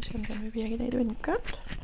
Se om den vil virke i dag. Det vil den godt.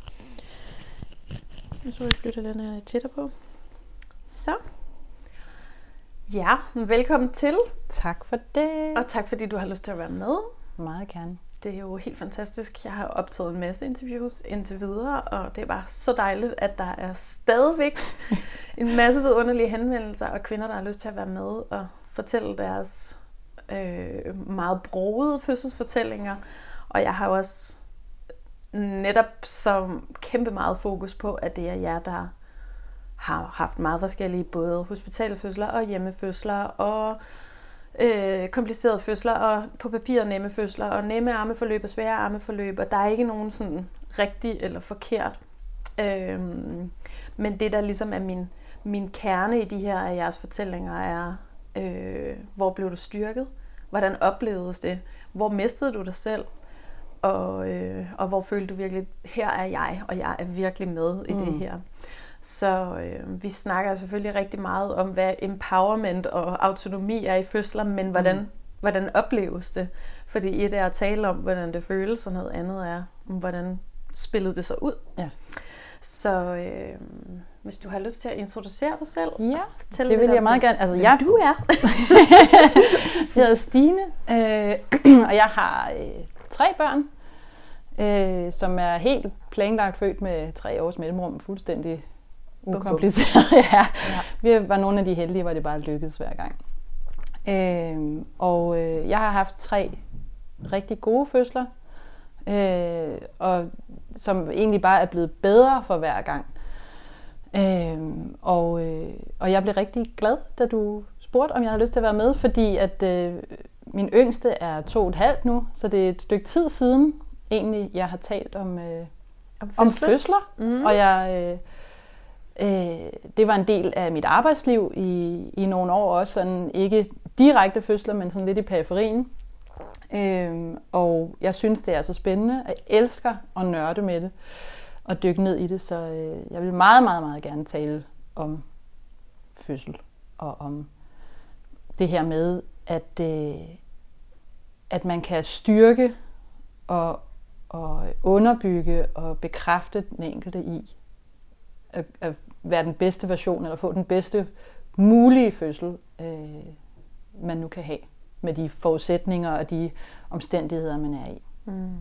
Nu så vi flytter den her tættere på. Så. Ja, velkommen til. Tak for det. Og tak fordi du har lyst til at være med. Meget gerne. Det er jo helt fantastisk. Jeg har optaget en masse interviews indtil videre, og det er bare så dejligt, at der er stadigvæk en masse vidunderlige henvendelser og kvinder, der har lyst til at være med og fortælle deres meget brogede fødselsfortællinger. Og jeg har jo også netop som kæmpe meget fokus på, at det er jer, der har haft meget forskellige både hospitalfødsler og hjemmefødsler og komplicerede fødsler og på papiret nemme fødsler og nemme armeforløb og svære armeforløb, og der er ikke nogen sådan rigtig eller forkert. Men det der ligesom er min kerne i de her af jeres fortællinger er, hvor blev du styrket? Hvordan oplevedes det? Hvor mistede du dig selv? Og hvor følte du virkelig, her er jeg, og jeg er virkelig med i det her. Så vi snakker selvfølgelig rigtig meget om, hvad empowerment og autonomi er i fødsler, men hvordan opleves det? Fordi et er at tale om, hvordan det føles, og noget andet er, hvordan spillede det sig ud. Ja. Så hvis du har lyst til at introducere dig selv. Ja, det vil jeg meget gerne. Altså, du er. Jeg hedder Stine, og jeg har 3 børn, som er helt planlagt født med 3 års mellemrum, fuldstændig ukompliceret. Ja. Vi var nogle af de heldige, hvor det bare lykkedes hver gang. Jeg har haft 3 rigtig gode fødsler, og som egentlig bare er blevet bedre for hver gang. Og jeg blev rigtig glad, da du spurgte, om jeg havde lyst til at være med, fordi at min yngste er 2,5 nu, så det er et stykke tid siden, egentlig, jeg har talt om fødsler. Og jeg... det var en del af mit arbejdsliv i nogle år også, sådan ikke direkte fødsler, men sådan lidt i periferien. Og jeg synes, det er så spændende. Jeg elsker at nørde med det og dykke ned i det, så jeg vil meget, meget, meget gerne tale om fødsel og om det her med, at man kan styrke og underbygge og bekræfte den enkelte i at være den bedste version, eller få den bedste mulige fødsel, man nu kan have, med de forudsætninger og de omstændigheder, man er i.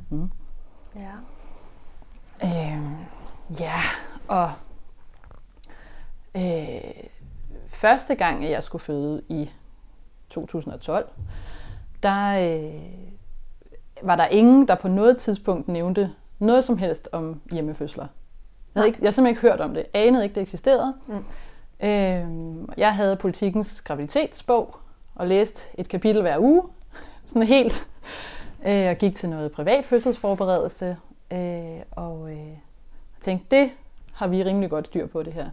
Første gang, jeg skulle føde i 2012, der var der ingen, der på noget tidspunkt nævnte noget som helst om hjemmefødsler. Jeg havde simpelthen ikke hørt om det. Anede ikke, det eksisterede. Jeg havde Politikens graviditetsbog og læste et kapitel hver uge. Sådan helt. Og gik til noget privat fødselsforberedelse. Og tænkte, det har vi rimelig godt styr på det her.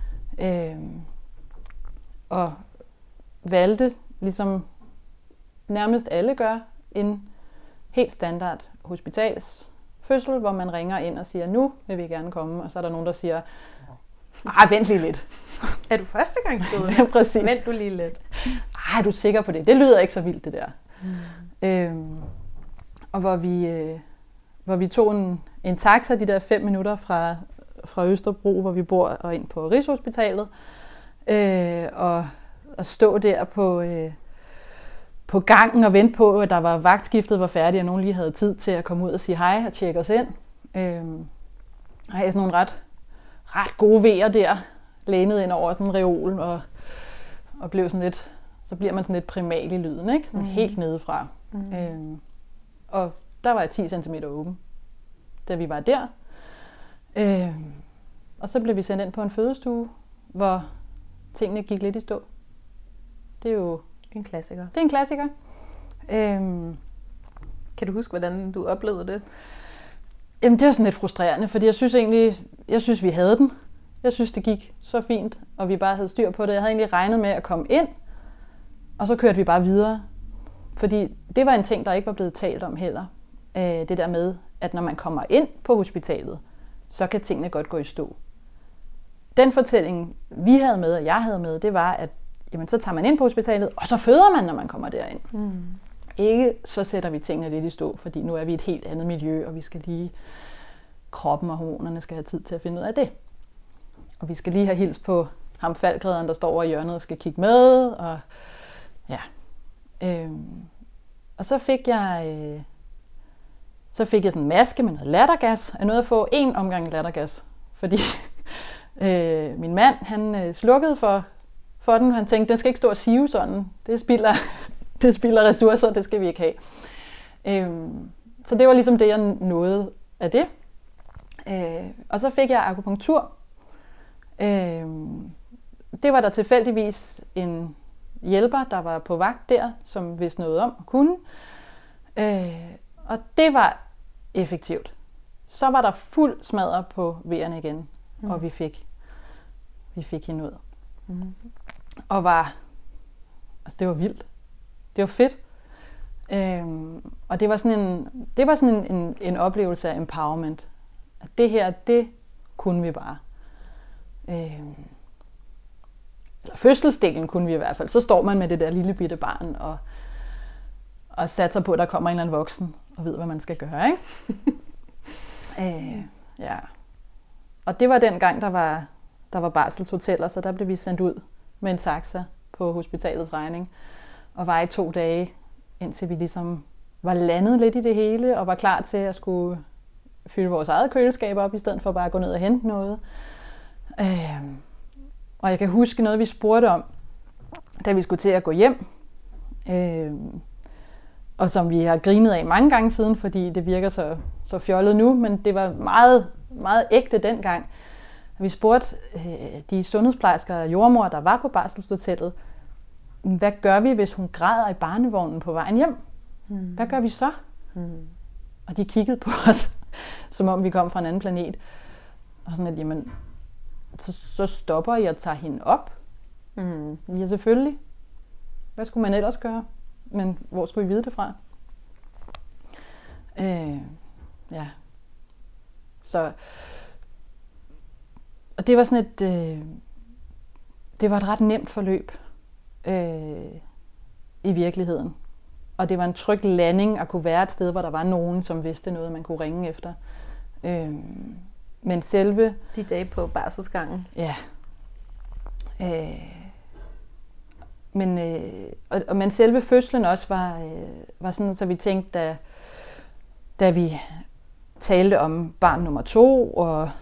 Og valgte, ligesom nærmest alle gør, en helt standard hospitalsfødsel, hvor man ringer ind og siger, nu vil vi gerne komme, og så er der nogen, der siger, vent lige lidt. Er du første gang fødende? Ja, præcis. Vent du lige lidt. Er du sikker på det? Det lyder ikke så vildt, det der. Og hvor vi tog en taxa, de der 5 minutter fra Østerbro, hvor vi bor, og ind på Rigshospitalet, og stå der på gangen og vente på, at der var vagtskiftet var færdigt, og nogen lige havde tid til at komme ud og sige hej og tjekke os ind. Og jeg havde sådan nogle ret gode vejer der, lænet ind over sådan en reol, og blev sådan lidt, så bliver man sådan lidt primal i lyden, ikke? Sådan helt nedefra. Og der var jeg 10 cm åben, da vi var der. Og så blev vi sendt ind på en fødestue, hvor tingene gik lidt i stå. Det er jo en klassiker. Det er en klassiker. Kan du huske, hvordan du oplevede det? Jamen, det var sådan lidt frustrerende, fordi jeg synes, vi havde den. Jeg synes, det gik så fint, og vi bare havde styr på det. Jeg havde egentlig regnet med at komme ind, og så kørte vi bare videre. Fordi det var en ting, der ikke var blevet talt om heller. Det der med, at når man kommer ind på hospitalet, så kan tingene godt gå i stå. Den fortælling, vi havde med, og jeg havde med, det var, at jamen, så tager man ind på hospitalet, og så føder man, når man kommer derind. ikke, så sætter vi tingene lidt i stå, fordi nu er vi i et helt andet miljø, og vi skal lige, kroppen og hormonerne skal have tid til at finde ud af det. Og vi skal lige have hils på ham faldgræderen, der står over i hjørnet og skal kigge med, og ja. Og så fik jeg sådan en maske med noget lattergas. Jeg nåede at få 1 omgang lattergas, fordi min mand, han slukkede for den. Han tænkte, den skal ikke stå og sive sådan. Det spilder ressourcer, det skal vi ikke have. Så det var ligesom det, jeg nåede af det. Og så fik jeg akupunktur. Det var der tilfældigvis en hjælper, der var på vagt der, som vidste noget om at kunne. Og det var effektivt. Så var der fuld smadre på V'erne igen, og vi fik hende ud. Og det var vildt. Det var fedt. Og det var sådan en oplevelse af empowerment. At det her, det kunne vi bare. Eller fødselsdelen kunne vi i hvert fald. Så står man med det der lille bitte barn og satser på, at der kommer en eller anden voksen og ved, hvad man skal gøre, ikke? Ja. Og det var dengang, der var barselshoteller, så der blev vi sendt ud med en taxa på hospitalets regning og var i 2 dage, indtil vi ligesom var landet lidt i det hele og var klar til at skulle fylde vores eget køleskab op, i stedet for bare at gå ned og hente noget. Og jeg kan huske noget, vi spurgte om, da vi skulle til at gå hjem, og som vi har grinet af mange gange siden, fordi det virker så fjollet nu, men det var meget, meget ægte dengang. Vi spurgte de sundhedsplejersker og jordemor, der var på barselshotellet, hvad gør vi, hvis hun græder i barnevognen på vejen hjem? Hvad gør vi så? Og de kiggede på os, som om vi kom fra en anden planet. Og sådan at, jamen, så stopper I og tager hende op. Ja, selvfølgelig. Hvad skulle man ellers gøre? Men hvor skulle I vide det fra? Ja. Så... Og det var sådan det var et ret nemt forløb i virkeligheden. Og det var en tryg landing at kunne være et sted, hvor der var nogen, som vidste noget, man kunne ringe efter. Men selve... De dage på barselsgangen. Ja. Men selve fødslen også var sådan, så vi tænkte, da vi talte om barn nummer 2,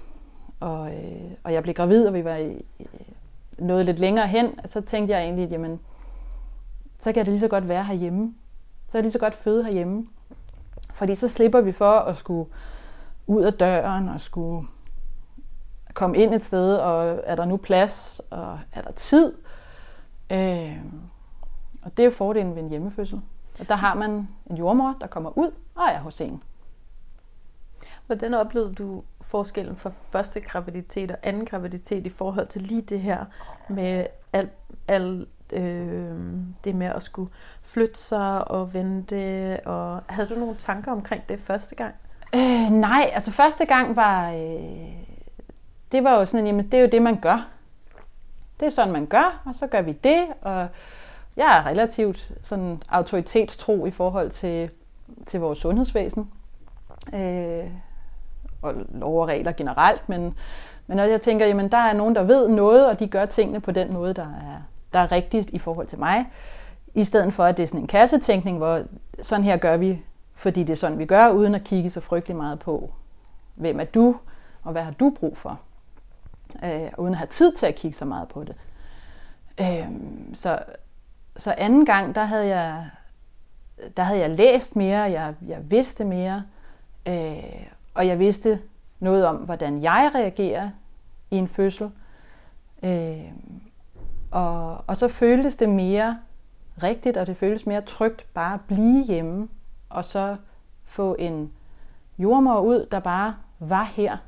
og jeg blev gravid, og vi var noget lidt længere hen, så tænkte jeg egentlig, jamen, så kan det lige så godt være herhjemme. Så kan det lige så godt føde herhjemme. Fordi så slipper vi for at skulle ud af døren, og skulle komme ind et sted, og er der nu plads, og er der tid. Og det er jo fordelen ved en hjemmefødsel. Og der har man en jordmor, der kommer ud og er hos en. Hvordan oplevede du forskellen fra første graviditet og anden graviditet i forhold til lige det her med alt det med at skulle flytte sig og vente? Og havde du nogle tanker omkring det første gang? Nej, altså første gang var... det var jo sådan, jamen det er jo det, man gør. Det er sådan, man gør, og så gør vi det. Og jeg er relativt sådan autoritetstro i forhold til vores sundhedsvæsen. Og lov og regler generelt, men også jeg tænker, jamen der er nogen, der ved noget, og de gør tingene på den måde, der er rigtigt i forhold til mig, i stedet for, at det er sådan en kassetænkning, hvor sådan her gør vi, fordi det er sådan, vi gør, uden at kigge så frygtelig meget på, hvem er du, og hvad har du brug for, uden at have tid til at kigge så meget på det. Så anden gang, der havde jeg læst mere, jeg vidste mere, og jeg vidste noget om, hvordan jeg reagerer i en fødsel. Og så føltes det mere rigtigt, og det føltes mere trygt bare at blive hjemme, og så få en jordmor ud, der bare var her.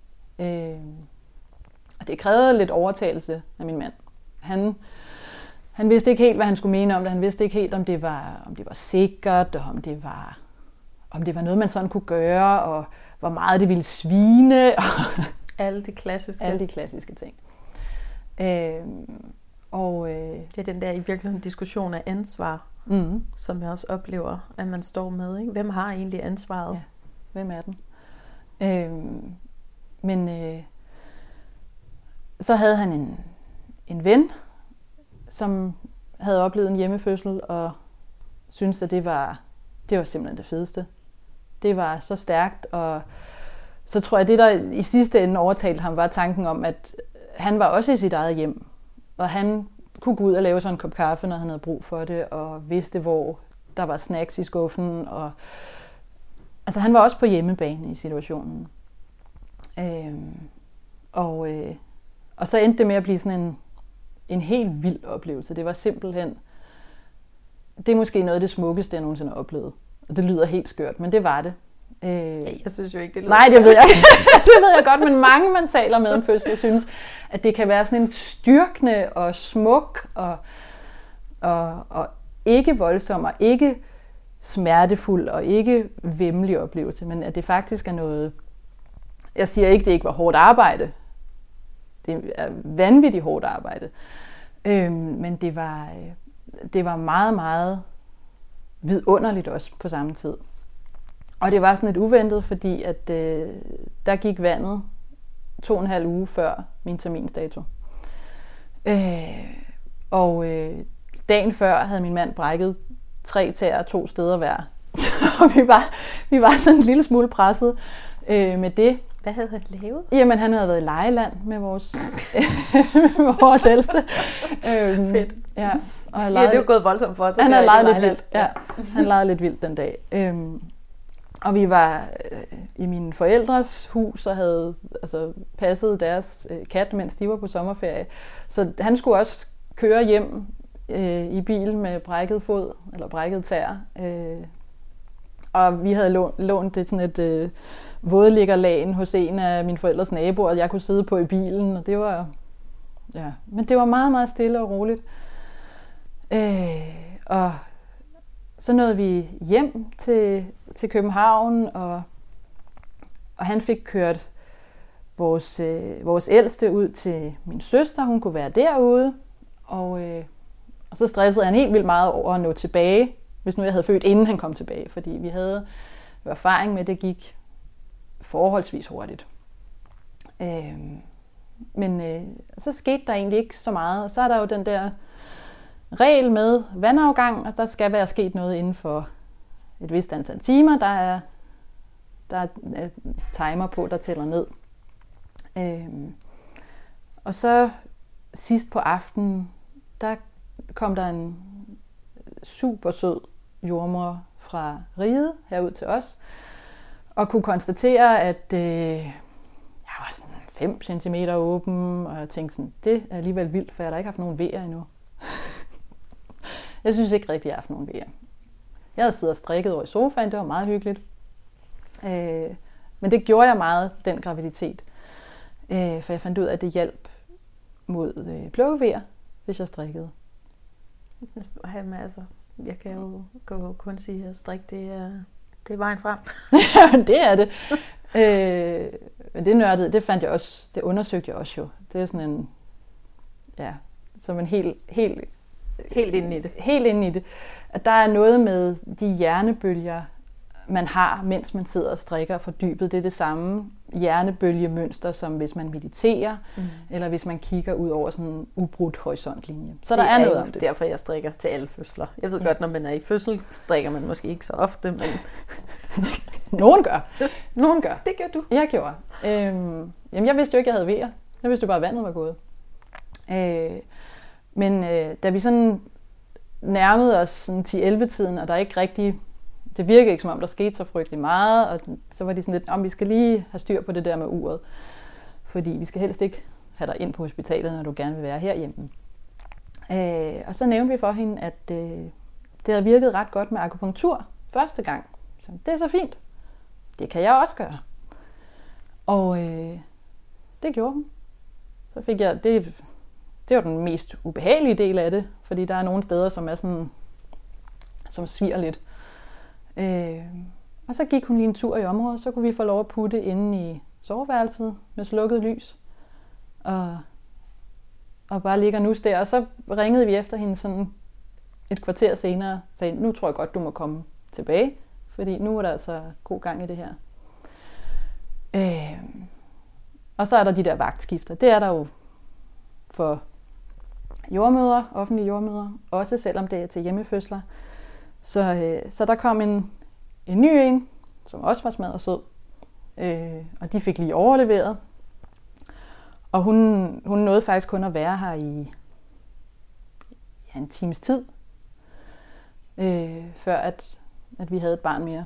Og det krævede lidt overtagelse af min mand. Han vidste ikke helt, hvad han skulle mene om det. Han vidste ikke helt, om det var sikkert, og om det var noget, man sådan kunne gøre, og hvor meget det ville svine. Alle de klassiske ting. Det er den der i virkeligheden diskussion af ansvar. som jeg også oplever, at man står med. Ikke? Hvem har egentlig ansvaret? Ja, hvem er den? Men så havde han en ven, som havde oplevet en hjemmefødsel, og syntes, at det var simpelthen det fedeste. Det var så stærkt, og så tror jeg, det der i sidste ende overtalte ham, var tanken om, at han var også i sit eget hjem, og han kunne gå ud og lave sådan en kop kaffe, når han havde brug for det, og vidste, hvor der var snacks i skuffen, og altså han var også på hjemmebane i situationen. Og så endte det med at blive sådan en helt vild oplevelse. Det var simpelthen, det er måske noget af det smukkeste, jeg nogensinde har oplevet. Og det lyder helt skørt, men det var det. Jeg synes jo ikke, det lyder. Nej, det ved jeg. Det ved jeg godt, men mange, man taler med om fødsel, synes, at det kan være sådan en styrkende og smuk og ikke voldsom og ikke smertefuld og ikke væmmelig oplevelse, men at det faktisk er noget. Jeg siger ikke, det ikke var hårdt arbejde. Det er vanvittigt hårdt arbejde. Men det var meget, meget vidunderligt også på samme tid. Og det var sådan lidt uventet, fordi at der gik vandet 2,5 uge før min terminsdato. Dagen før havde min mand brækket 3 tæer 2 steder hver. Så vi var sådan en lille smule presset med det. Hvad havde han lavet? Jamen, han havde været i lejeland med vores ældste. Fedt. Ja, og det er jo gået voldsomt for os. Han havde leget lidt vildt. Ja, han legede lidt vildt den dag. Og vi var i mine forældres hus og havde passet deres kat, mens de var på sommerferie. Så han skulle også køre hjem i bil med brækket fod, eller brækket tær. Og vi havde lånt det sådan et vådliggerlagen hos en af mine forældres naboer, og jeg kunne sidde på i bilen, og det var, ja, men det var meget, meget stille og roligt. Og så nåede vi hjem til København, og han fik kørt vores ældste ud til min søster, hun kunne være derude, og så stressede han helt vildt meget over at nå tilbage, hvis nu jeg havde født, inden han kom tilbage, fordi vi havde erfaring med, at det gik forholdsvis hurtigt. Men så skete der egentlig ikke så meget, og så er der jo den der regel med vandafgang, og der skal være sket noget inden for et vist antal timer. Der er timer på, der tæller ned. Og så sidst på aftenen, der kom der en super sød jordemoder fra Riget herud til os, og kunne konstatere, at jeg var sådan 5 cm åben, og jeg tænkte sådan, det er alligevel vildt, for jeg har da ikke haft nogen vejer endnu. Jeg synes ikke rigtig, jeg har haft nogen vejer. Jeg havde siddet og strikket over i sofaen, det var meget hyggeligt. Men det gjorde jeg meget, den graviditet. For jeg fandt ud af, at det hjalp mod plukkevejer, hvis jeg strikkede. Jeg kan jo kun sige, at strik, det er vejen frem. Ja, det er det. Men det nørdede, det fandt jeg også, det undersøgte jeg også jo. Det er sådan en, ja, som en helt inde i det. Helt inde i det. At der er noget med de hjernebølger, man har, mens man sidder og strikker fordybet. Det er det samme hjernebølgemønster, som hvis man mediterer, eller hvis man kigger ud over sådan en ubrudt horisontlinje. Så der er noget om det. Det er derfor, jeg strikker til alle fødsler. Jeg ved godt, når man er i fødsel, strikker man måske ikke så ofte, men Nogen gør. Det gør du. Jeg gjorde. Jamen, jeg vidste jo ikke, jeg havde vejer. Jeg vidste jo bare, at vandet var gået. Men da vi sådan nærmede os sådan 10-11-tiden, og der ikke rigtig, det virkede ikke som om, der skete så frygtelig meget, og så var de sådan lidt, om vi skal lige have styr på det der med uret, fordi vi skal helst ikke have dig ind på hospitalet, når du gerne vil være herhjemme. Og så nævnte vi for hende, at det havde virket ret godt med akupunktur første gang. Så det er så fint. Det kan jeg også gøre. Og det gjorde hun. Så fik jeg, det var den mest ubehagelige del af det, fordi der er nogle steder, som er sådan, som sviger lidt. Og så gik hun lige en tur i området, så kunne vi få lov at putte inde i soveværelset med slukket lys. Og bare ligge og nus der. Og så ringede vi efter hende sådan et kvarter senere sagde, nu tror jeg godt, du må komme tilbage, fordi nu er der altså god gang i det her. Og så er der de der vagtskifter. Det er der jo for jordmødre, offentlige jordmødre, også selvom det er til hjemmefødsler. Så der kom en ny en, som også var smadret sød, og de fik lige overleveret. Og hun nåede faktisk kun at være her i en times tid, før at vi havde et barn mere.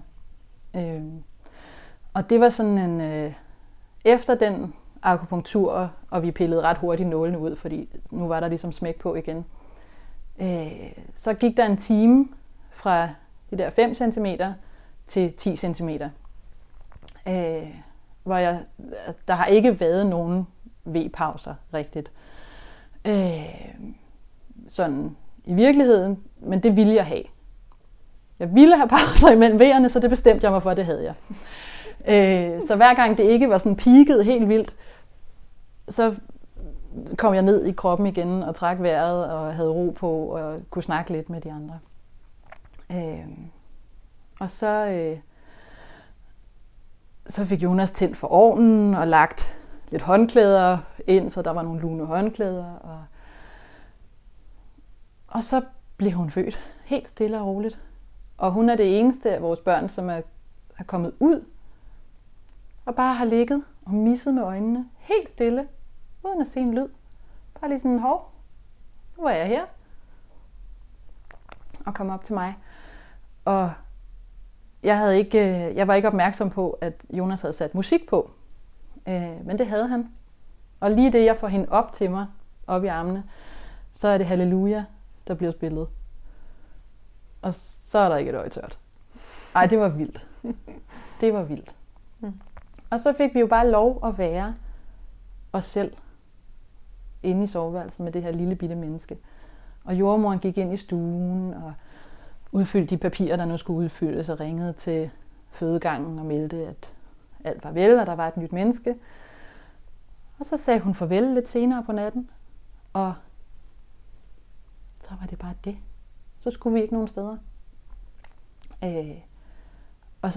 Og det var sådan en... efter den akupunktur, og vi pillede ret hurtigt nålene ud, fordi nu var der ligesom smæk på igen, så gik der en time fra de der 5 cm til 10 cm. Hvor der har ikke været nogen V-pauser rigtigt. Sådan i virkeligheden, men det ville jeg have. Jeg ville have pauser imellem V'erne, så det bestemte jeg mig for, det havde jeg. Så hver gang det ikke var sådan peaket helt vildt, så kom jeg ned i kroppen igen og trak vejret og havde ro på og kunne snakke lidt med de andre. Og så fik Jonas tændt for ovnen og lagt lidt håndklæder ind, så der var nogle lune håndklæder. Og så blev hun født, helt stille og roligt. Og hun er det eneste af vores børn, som er kommet ud og bare har ligget og misset med øjnene, helt stille, uden at se en lyd. Bare lige sådan, hov, nu er jeg her. Og kom op til mig. Og jeg var ikke opmærksom på, at Jonas havde sat musik på. Men det havde han. Og lige det, jeg får hende op til mig, op i armene, så er det Halleluja, der bliver spillet. Og så er der ikke et øje tørt. Ej, det var vildt. Det var vildt. Og så fik vi jo bare lov at være os selv inde i soveværelset med det her lille bitte menneske. Og jordmoren gik ind i stuen og udfyldte de papirer, der nu skulle udfyldes, og ringede til fødegangen og meldte, at alt var vel, og der var et nyt menneske. Og så sagde hun farvel lidt senere på natten, og så var det bare det. Så skulle vi ikke nogen steder. Og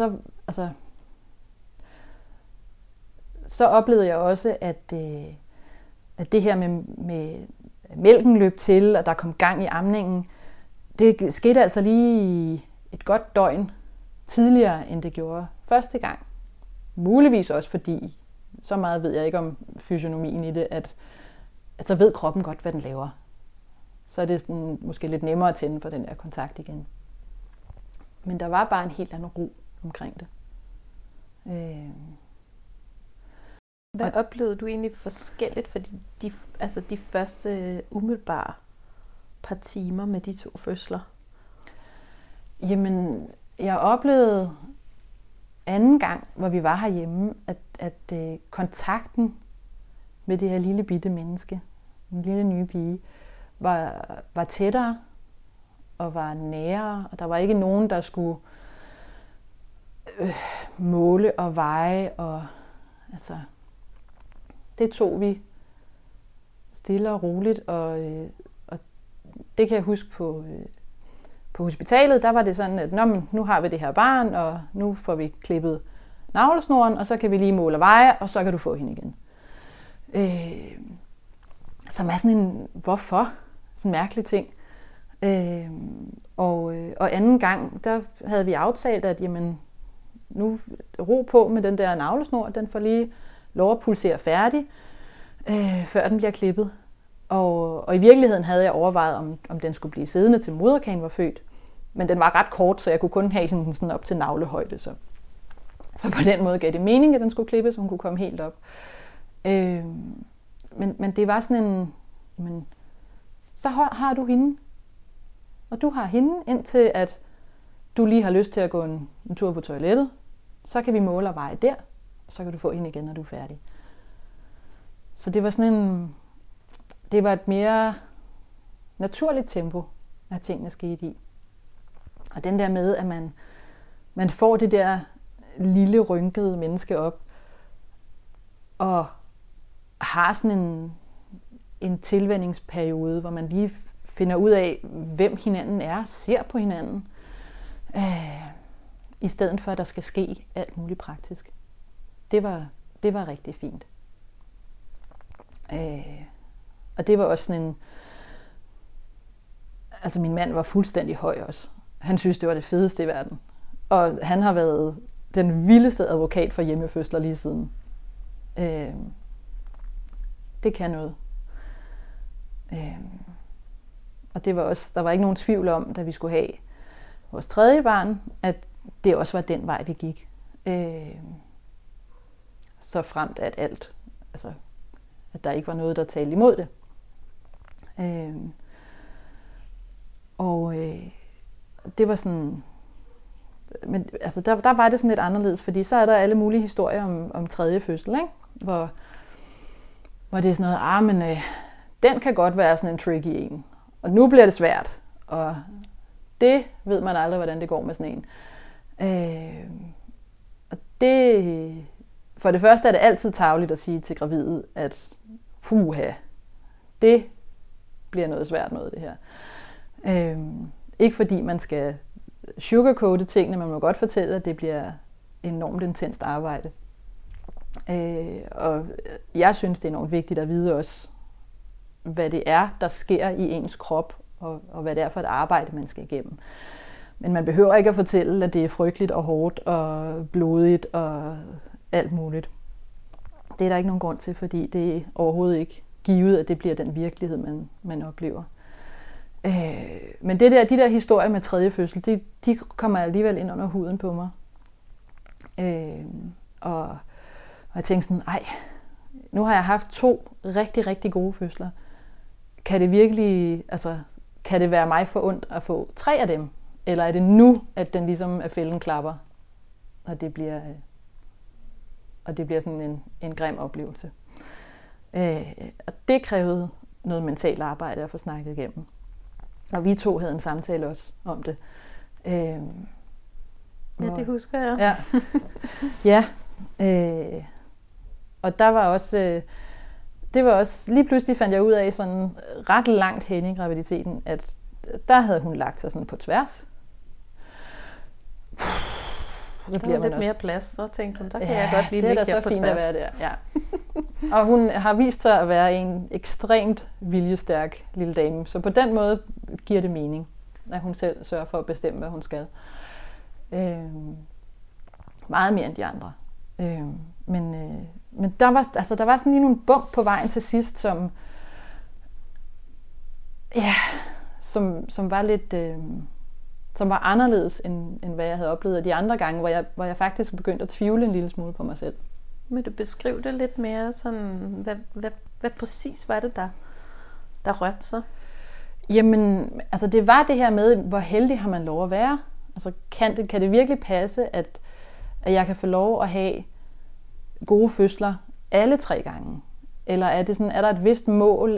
så oplevede jeg også, at det her med mælken løb til, og der kom gang i amningen, det skete altså lige et godt døgn tidligere, end det gjorde første gang. Muligvis også fordi, så meget ved jeg ikke om fysionomien i det, at så ved kroppen godt, hvad den laver. Så er det sådan, måske lidt nemmere at tænde for den der kontakt igen. Men der var bare en helt anden ro omkring det. Hvad oplevede du egentlig forskelligt for de første umiddelbare par timer med de 2 fødsler? Jamen, jeg oplevede anden gang, hvor vi var herhjemme, at kontakten med det her lille bitte menneske, en lille nye pige, var tættere og var nærere, og der var ikke nogen, der skulle måle og veje, og altså, det tog vi stille og roligt, og det kan jeg huske på hospitalet, der var det sådan, at nu har vi det her barn, og nu får vi klippet navlesnoren, og så kan vi lige måle og veje, og så kan du få hende igen. Som er sådan en, hvorfor? Sådan en mærkelig ting. Og anden gang, der havde vi aftalt, at jamen, nu ro på med den der navlesnor, den får lige lov at pulsere færdig, før den bliver klippet. Og i virkeligheden havde jeg overvejet, om den skulle blive siddende til moderkagen var født. Men den var ret kort, så jeg kunne kun have sådan op til navlehøjde. Så på den måde gav det mening, at den skulle klippes, så hun kunne komme helt op. Men det var sådan en... Men, så har du hende. Og du har hende, indtil at du lige har lyst til at gå en tur på toilettet. Så kan vi måle og veje der, og så kan du få hende igen, når du er færdig. Så det var sådan en... Det var et mere naturligt tempo, at tingene skete i. Og den der med, at man får det der lille rynkede menneske op, og har sådan en tilvændingsperiode, hvor man lige finder ud af, hvem hinanden er, ser på hinanden, i stedet for, at der skal ske alt muligt praktisk. Det var rigtig fint. Og det var også sådan en... Altså min mand var fuldstændig høj også. Han synes, det var det fedeste i verden. Og han har været den vildeste advokat for hjemmefødsler lige siden. Det kan noget. Og det var også, der var ikke nogen tvivl om, da vi skulle have vores tredje barn, at det også var den vej, vi gik. Så fremt at alt, altså at der ikke var noget, der talte imod det. Det var sådan, men altså der var det sådan lidt anderledes, fordi så er der alle mulige historier om tredje fødsel, ikke? Hvor det er sådan noget, men den kan godt være sådan en tricky en, og nu bliver det svært, og det ved man aldrig, hvordan det går med sådan en. Og det, for det første er det altid tarveligt at sige til gravide, at puha, det bliver noget svært noget, det her. Ikke fordi man skal sugarcoate tingene, man må godt fortælle, at det bliver enormt intenst arbejde. Og jeg synes, det er enormt vigtigt at vide også, hvad det er, der sker i ens krop, og hvad det er for et arbejde, man skal igennem. Men man behøver ikke at fortælle, at det er frygteligt og hårdt og blodigt og alt muligt. Det er der ikke nogen grund til, fordi det er overhovedet ikke givet, at det bliver den virkelighed, man oplever. Men de der historier med tredje fødsel, de kommer alligevel ind under huden på mig. Og jeg tænkte sådan, nu har jeg haft 2 rigtig, rigtig gode fødsler. Kan det virkelig, altså, kan det være mig forundt at få 3 af dem? Eller er det nu, at den ligesom at fælden klapper, og det bliver sådan en grim oplevelse. Og det krævede noget mentalt arbejde at få snakket igennem. Og vi 2 havde en samtale også om det. Ja, det husker jeg. Ja. Og der var også, det var også, lige pludselig fandt jeg ud af sådan ret langt hen i graviditeten, at der havde hun lagt sig sådan på tværs. Der bliver lidt mere plads, så tænkte hun, der kan jeg godt lige ligge her på tværs. Det er da så fint at være der, ja. Og hun har vist sig at være en ekstremt viljestærk lille dame, så på den måde giver det mening, at hun selv sørger for at bestemme, hvad hun skal. Meget mere end de andre. Men der var sådan lige nogle bump på vejen til sidst, som var lidt, som var anderledes end hvad jeg havde oplevet af de andre gange, hvor jeg faktisk begyndte at tvivle en lille smule på mig selv. Vil du beskrive det lidt mere sådan, hvad præcis var det der rørte sig? Jamen, altså det var det her med, hvor heldig har man lov at være. Altså kan det virkelig passe, at jeg kan få lov at have gode fødsler alle 3 gange? Eller er der et vist mål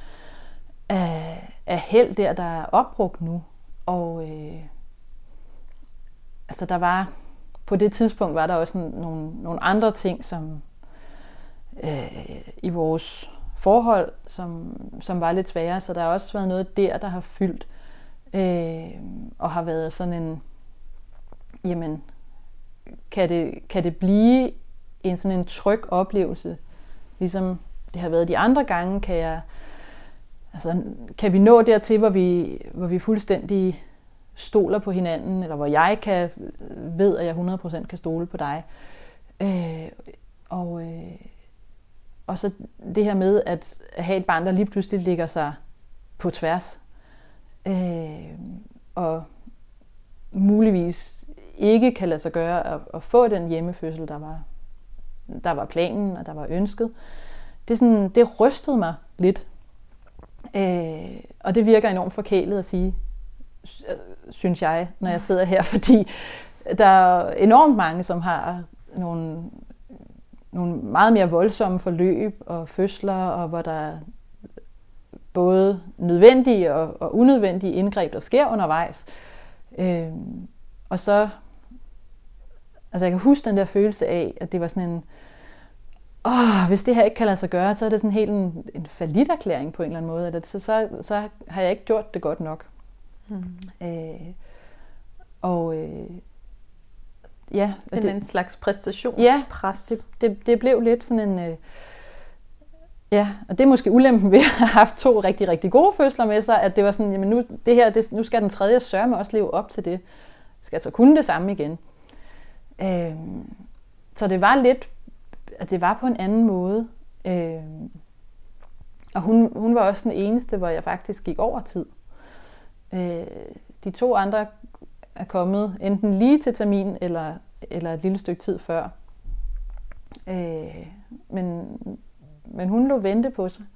af held der er opbrugt nu? Og altså der var, på det tidspunkt var der også nogle andre ting, som i vores forhold, som var lidt svære, så der har også været noget der har fyldt, og har været sådan en, jamen, kan det blive sådan en tryg oplevelse, ligesom det har været de andre gange, kan vi nå dertil, hvor vi fuldstændig stoler på hinanden, eller hvor jeg ved, at jeg 100% kan stole på dig. Og så det her med at have et barn, der lige pludselig ligger sig på tværs, og muligvis ikke kan lade sig gøre at få den hjemmefødsel, der var planen, og der var ønsket. Det rystede mig lidt. Og det virker enormt forkælet at sige, synes jeg, når jeg sidder her, fordi der er enormt mange, som har nogle meget mere voldsomme forløb og fødsler, og hvor der er både nødvendige og unødvendige indgreb, der sker undervejs. Og så, altså jeg kan huske den der følelse af, at det var sådan en, hvis det her ikke kan lade sig gøre, så er det sådan helt en falliterklæring på en eller anden måde. At så har jeg ikke gjort det godt nok. Ja. En slags præstationspres. Ja, det blev lidt sådan en... Ja, og det er måske ulempen ved at have haft 2 rigtig, rigtig gode fødsler med sig, at det var sådan, jamen nu skal den tredje sørme også leve op til det. Skal altså kunne det samme igen. Så det var lidt, at det var på en anden måde. Og hun var også den eneste, hvor jeg faktisk gik over tid. De 2 andre er kommet enten lige til termin, eller et lille stykke tid før. Men hun lå vente på sig.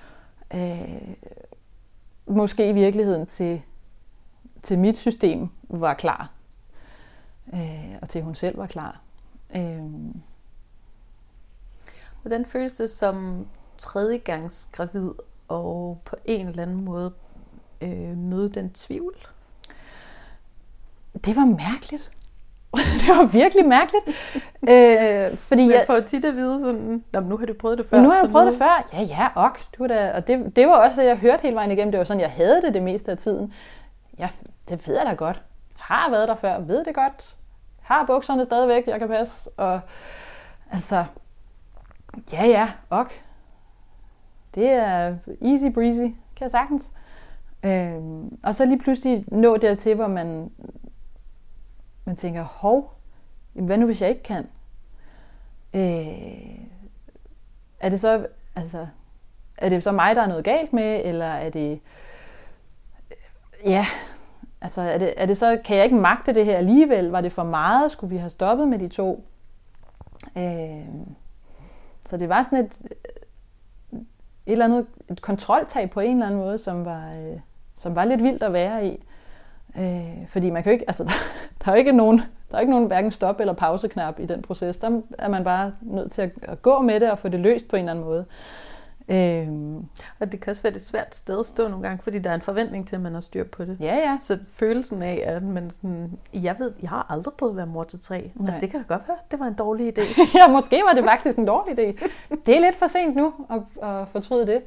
Måske i virkeligheden til mit system var klar. Og til hun selv var klar. Hvordan føles det som tredjegangs gravid og på en eller anden måde møde den tvivl? Det var mærkeligt. Det var virkelig mærkeligt. Fordi jeg får tit at vide sådan, nu har du prøvet det før. Nu har jeg prøvet det før. Ja, og det var også det, jeg hørte hele vejen igennem. Det var sådan, jeg havde det meste af tiden. Ja, det ved jeg da godt. Har været der før, ved det godt. Har bukserne stadigvæk, jeg kan passe. Og altså, det er easy breezy, kan jeg sagtens. Og så lige pludselig nå dertil, hvor man tænker, hvad nu hvis jeg ikke kan? Er det så mig, der er noget galt med, eller er det... er det så, kan jeg ikke magte det her alligevel? Var det for meget? Skulle vi have stoppet med de 2? Så det var sådan et eller andet et kontroltab på en eller anden måde, som var lidt vildt at være i. Fordi man kan jo ikke, der er ikke nogen hverken stop- eller pauseknap i den proces. Der er man bare nødt til at gå med det og få det løst på en eller anden måde. Og det kan også være et svært sted at stå nogle gange, fordi der er en forventning til, at man har styr på det. Ja. Så følelsen af, at man sådan, jeg har aldrig prøvet at være mor til 3. Nej. Altså det kan jeg godt høre, det var en dårlig idé. Ja, måske var det faktisk en dårlig idé. Det er lidt for sent nu at fortryde det.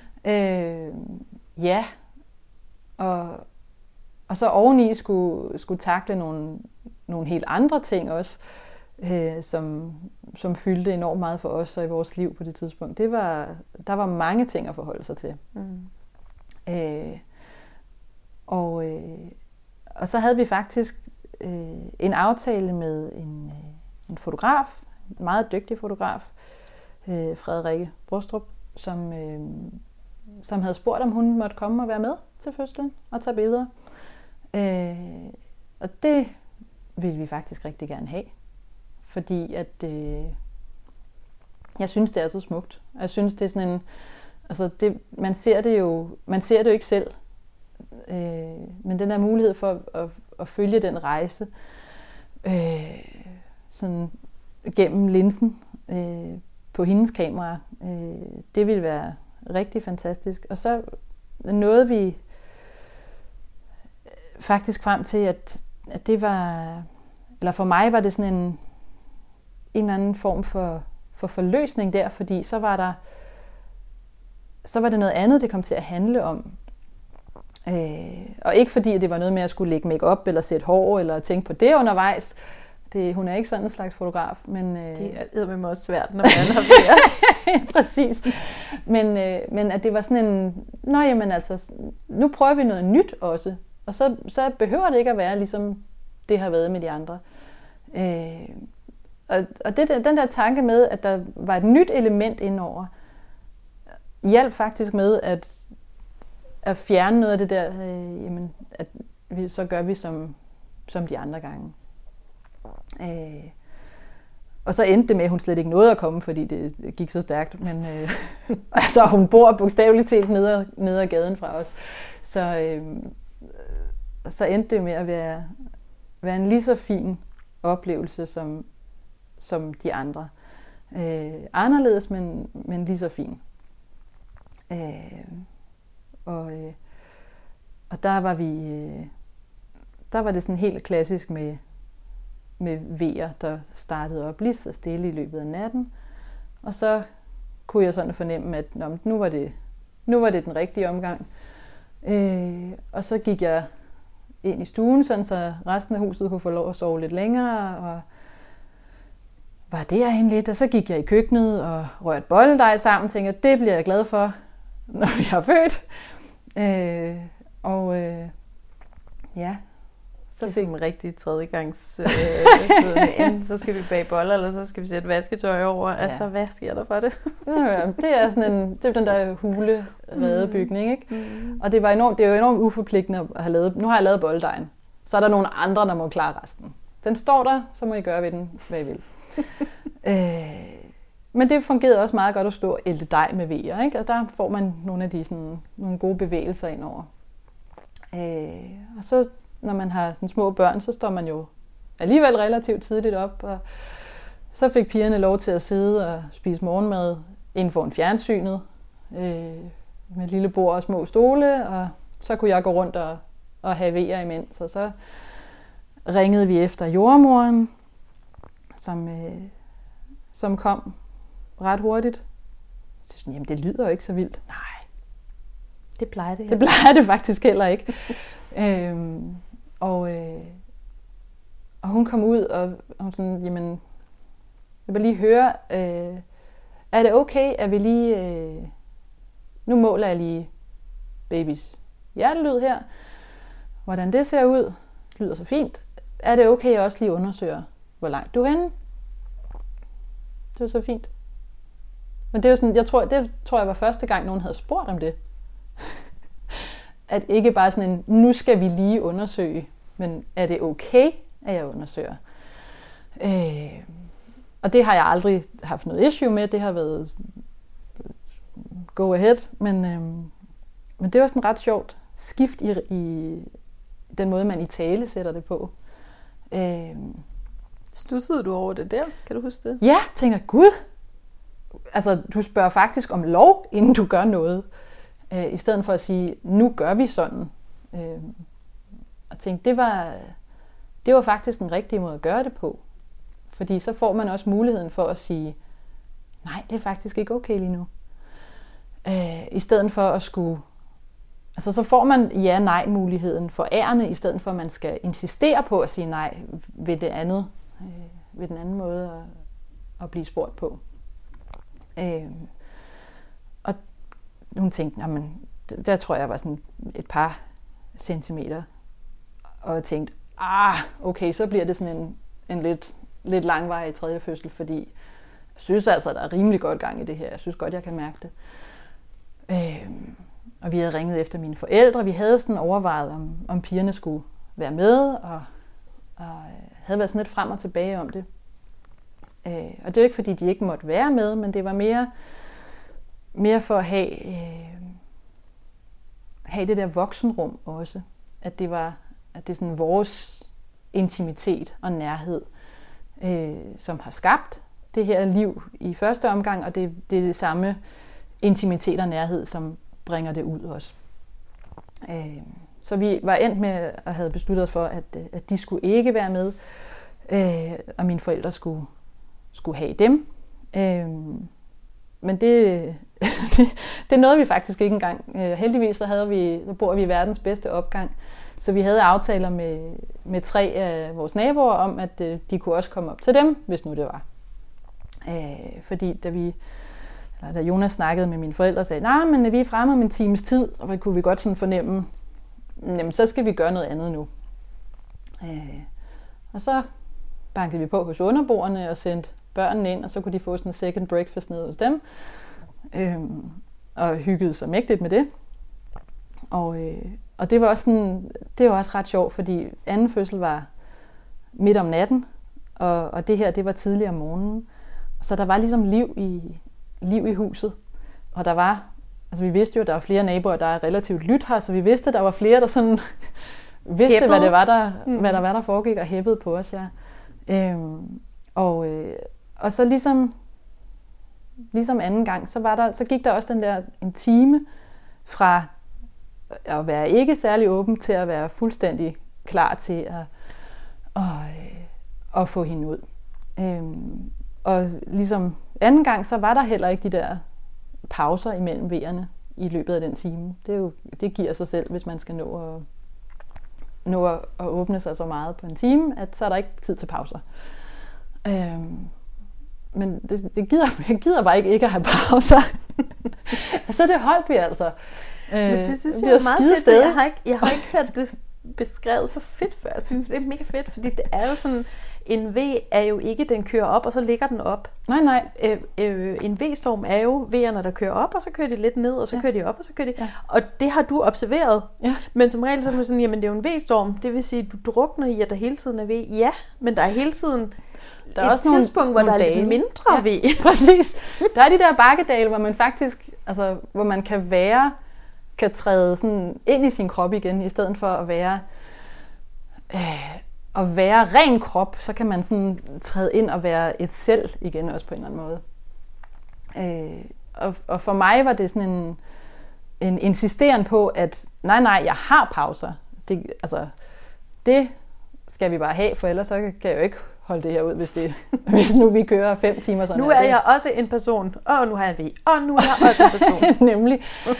Og så oveni skulle takle nogle helt andre ting også, som fyldte enormt meget for os og i vores liv på det tidspunkt. Der var mange ting at forholde sig til. Og så havde vi faktisk en aftale med en fotograf, en meget dygtig fotograf, Frederikke Brostrup, som havde spurgt, om hun måtte komme og være med til fødslen og tage billeder. Og det ville vi faktisk rigtig gerne have. Fordi at jeg synes, det er så smukt. Jeg synes, det er sådan en... man ser det jo ikke selv. Men den der mulighed for at følge den rejse sådan gennem linsen på hendes kamera, det ville være rigtig fantastisk. Og så nåede vi faktisk frem til, at det var... Eller for mig var det sådan en eller anden form for forløsning der, fordi så var det noget andet, det kom til at handle om. Og ikke fordi det var noget med, at jeg skulle lægge make-up eller sætte hår eller tænke på det undervejs. Hun er ikke sådan en slags fotograf. Men, det er eddermame også svært, når man har flere. Præcis. Men at det var sådan en, nu prøver vi noget nyt også. Og så behøver det ikke at være ligesom det har været med de andre. Og den der tanke med, at der var et nyt element indover, hjalp faktisk med at fjerne noget af det der, at så gør vi som de andre gange. Og så endte det med, at hun slet ikke nåede at komme, fordi det gik så stærkt. Men hun bor bogstaveligt talt nede ad gaden fra os. Så endte det med at være en lige så fin oplevelse som de andre. Anderledes, men lige så fin. Og der var det sådan helt klassisk med vejer, der startede op lige så stille i løbet af natten. og så kunne jeg sådan fornemme, at nu var det den rigtige omgang. Og så gik jeg ind i stuen, sådan så resten af huset kunne få lov at sove lidt længere, og var derhen lidt, og så gik jeg i køkkenet og rørte bolledej sammen, og tænkte, det bliver jeg glad for, når vi har født. Ja. Så fik en rigtig tredjegangs... så skal vi bage boller, eller så skal vi sætte vasketøj over. Ja. Altså, hvad sker der for det? Det er sådan det er den der hule-redebygning, ikke? Mm. Og det er jo enormt uforpligtende at have lavet... Nu har jeg lavet bolledejen. Så er der nogle andre, der må klare resten. Den står der, så må I gøre ved den, hvad I vil. Men det fungerede også meget godt at stå og ælte dej med vejer, ikke? Og der får man nogle af de sådan, nogle gode bevægelser indover. Og så, når man har sådan små børn, så står man jo alligevel relativt tidligt op, og så fik pigerne lov til at sidde og spise morgenmad inden for en fjernsynet, med lille bord og små stole, og så kunne jeg gå rundt og have vejer imens. Og så ringede vi efter jordemoren, som kom ret hurtigt. Så sådan, jamen det lyder jo ikke så vildt. Nej, det plejer det. Det plejer det faktisk heller ikke. Og hun kom ud, og hun sådan, jamen, jeg vil lige høre, er det okay, at vi lige, nu måler jeg lige babys hjertelyd her, hvordan det ser ud, lyder så fint. Er det okay, at jeg også lige undersøger, hvor langt du er henne? Det var så fint. Men det var sådan, det tror jeg var første gang, nogen havde spurgt om det. At ikke bare sådan en, nu skal vi lige undersøge, men er det okay, at jeg undersøger? Og det har jeg aldrig haft noget issue med. Det har været go ahead. Men det var sådan ret sjovt skift i den måde, man i tale sætter det på. Stussede du over det der? Kan du huske det? Ja, tænker gud. Altså, du spørger faktisk om lov, inden du gør noget. I stedet for at sige, nu gør vi sådan. Og tænkte, det var faktisk den rigtige måde at gøre det på. Fordi så får man også muligheden for at sige, nej, det er faktisk ikke okay lige nu. I stedet for at skulle... Altså, så får man ja-nej-muligheden for ærende, i stedet for at man skal insistere på at sige nej ved det andet. Ved den anden måde at blive spurgt på. Og hun tænkte, der tror jeg var sådan et par centimeter, og jeg tænkte, okay, så bliver det sådan en lidt langvarig tredje fødsel, fordi jeg synes altså, at der er rimelig godt gang i det her. Jeg synes godt, jeg kan mærke det. Og vi havde ringet efter mine forældre. Vi havde sådan overvejet, om pigerne skulle være med, og havde været sådan lidt frem og tilbage om det. Og det er jo ikke, fordi de ikke måtte være med, men det var mere for at have det der voksenrum også. At det er sådan vores intimitet og nærhed, som har skabt det her liv i første omgang, og det er det samme intimitet og nærhed, som bringer det ud også. Så vi var endt med at have besluttet os for, at de skulle ikke være med, og mine forældre skulle have dem. Men det nåede vi faktisk ikke engang. Heldigvis så bor vi i verdens bedste opgang, så vi havde aftaler med 3 af vores naboer om, at de kunne også komme op til dem, hvis nu det var. Fordi da Jonas snakkede med mine forældre og sagde, nej, men vi er fremme om en times tid, og så kunne vi godt sådan fornemme, jamen så skal vi gøre noget andet nu. Og så bankede vi på hos underboerne og sendte børnene ind, og så kunne de få sådan en second breakfast nede hos dem. Og hyggede sig mægtigt med det. Og det var også det var også ret sjovt, fordi anden fødsel var midt om natten, og det her, det var tidligt om morgenen. Så der var ligesom liv i huset. Og der var, altså vi vidste jo, at der var flere naboer, der er relativt lyt her, så vi vidste, at der var flere, der sådan vidste, hvad det var, der foregik, og hæppede på os, ja. Og så ligesom anden gang, så gik der også den der en time fra at være ikke særlig åben til at være fuldstændig klar til at få hende ud. Og ligesom anden gang, så var der heller ikke de der pauser imellem vejerne i løbet af den time. Det giver sig selv, hvis man skal nå at åbne sig så meget på en time, at så er der ikke tid til pauser. Men jeg gider bare ikke at have pauser. Så det holdt vi altså. Men det synes jeg er meget fedt. Jeg har ikke hørt det beskrevet så fedt før. Jeg synes, det er mega fedt, fordi det er jo sådan, en V er jo ikke, den kører op, og så ligger den op. Nej. En V-storm er jo V'erne, der kører op, og så kører de lidt ned, og så kører de op, og så kører de... Ja. Og det har du observeret. Ja. Men som regel så er man sådan, jamen det er jo en V-storm, det vil sige, du drukner i, at der hele tiden er V. Ja, men der er hele tiden... Der er også tidspunkt, hvor der er lidt mindre V. Præcis. Der er de der bakkedale, hvor man faktisk, altså, hvor man kan træde sådan ind i sin krop igen, i stedet for at være ren krop, så kan man sådan træde ind og være et selv igen også på en eller anden måde. Og for mig var det sådan en insisteren på, at nej, jeg har pauser. Det skal vi bare have, for ellers så kan jeg jo ikke holde det her ud, hvis nu vi kører 5 timer sådan. Nu er jeg også en person, og nu har jeg en V, og nu er jeg også en person. Nemlig.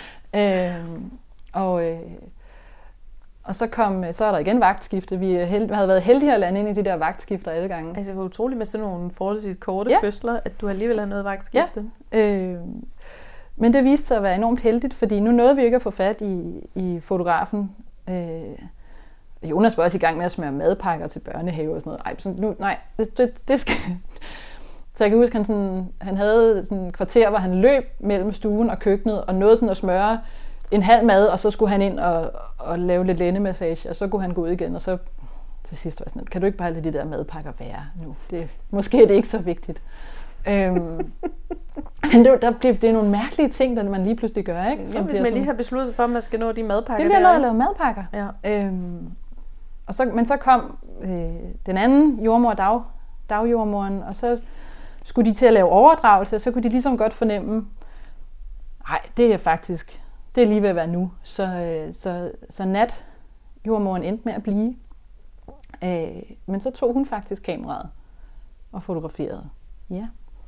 Og så er der igen vagtskifte. Vi havde været heldige at lande ind i de der vagtskifter alle gange. Altså det var utroligt med sådan nogle forholdsvis korte fødsler, at du alligevel har noget vagtskifte. Ja. Men det viste sig at være enormt heldigt, fordi nu nåede vi ikke at få fat i fotografen. Jonas var også i gang med at smøre madpakker til børnehave og sådan noget. Det skal... Så jeg kan huske, han havde sådan et kvarter, hvor han løb mellem stuen og køkkenet, og nåede sådan at smøre en halv mad, og så skulle han ind og lave lidt lændemassage, og så kunne han gå ud igen, og så til sidst var sådan, kan du ikke bare lade de der madpakker være nu? Måske er det ikke så vigtigt. Men det er nogle mærkelige ting, der man lige pludselig gør, ikke? Som hvis man lige har besluttet sig for, at man skal nå de madpakker. Det bliver noget at lave madpakker. Ja. Men så kom den anden jordmor, dagjordmoren, og så skulle de til at lave overdragelse, og så kunne de ligesom godt fornemme, nej, det er lige ved at være nu. Så natjordmoren endte med at blive. Men så tog hun faktisk kameraet og fotograferede. Ja.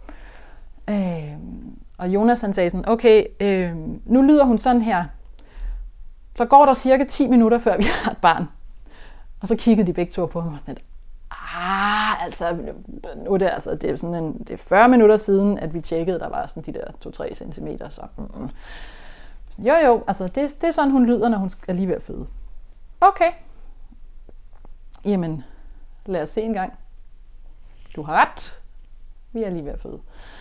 Og Jonas han sagde sådan, okay, nu lyder hun sådan her. Så går der cirka 10 minutter, før vi har et barn. Og så kiggede de begge to på ham og sådan lidt, nu er det er sådan det er 40 minutter siden, at vi tjekkede, der var sådan de der 2-3 centimeter. Så. Jo, altså det er sådan, hun lyder, når hun er lige ved at føde. Okay. Jamen, lad os se en gang. Du har ret. Vi er lige ved at føde.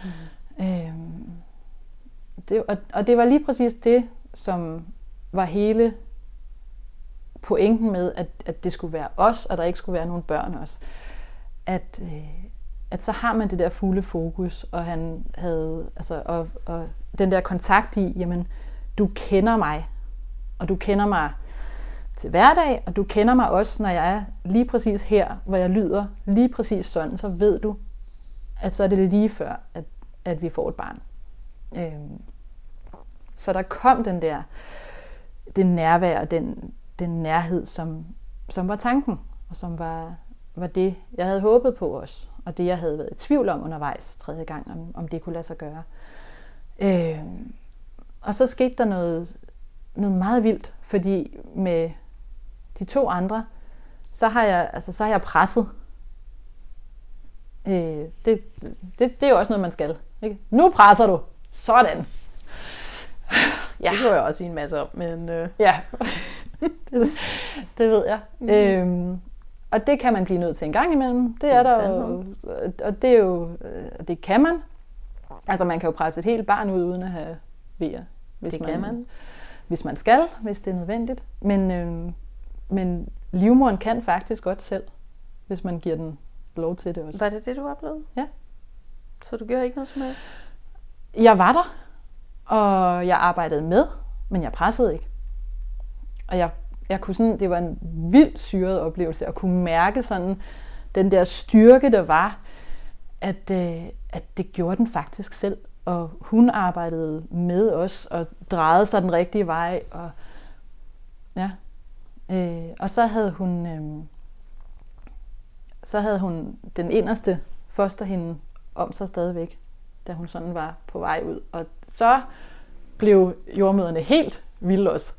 Det var lige præcis det, som var hele pointen med, at det skulle være os, og der ikke skulle være nogen børn også. At så har man det der fulde fokus, og han havde, og den der kontakt i, jamen, du kender mig, og du kender mig til hverdag, og du kender mig også, når jeg er lige præcis her, hvor jeg lyder lige præcis sådan, så ved du, at så er det lige før, at vi får et barn. Så der kom det nærvær og den nærhed, som var tanken, og som var det, jeg havde håbet på også, og det, jeg havde været i tvivl om undervejs tredje gang, om det kunne lade sig gøre. Og så skete der noget meget vildt, fordi med de 2 andre, så har jeg presset. Det er jo også noget, man skal. Ikke? Nu presser du. Sådan. Ja. Det kunne jeg også sige en masse om, men... Ja, det ved jeg. Mm-hmm. Og det kan man blive nødt til en gang imellem. Det er der jo, og det er jo, det kan man. Altså man kan jo presse et helt barn ud uden at have vejer. Hvis man skal, hvis det er nødvendigt. Men livmoderen kan faktisk godt selv, hvis man giver den lov til det også. Var det du oplevede? Ja. Så du gjorde ikke noget som helst? Jeg var der, og jeg arbejdede med, men jeg pressede ikke. Og jeg kunne sådan, det var en vildt syret oplevelse at kunne mærke sådan den der styrke, der var, at det gjorde den faktisk selv. Og hun arbejdede med os og drejede sig den rigtige vej. Og, ja. Og så havde hun den inderste fosterhinde om sig stadigvæk. da hun sådan var på vej ud. Og så blev jordmøderne helt vilde også.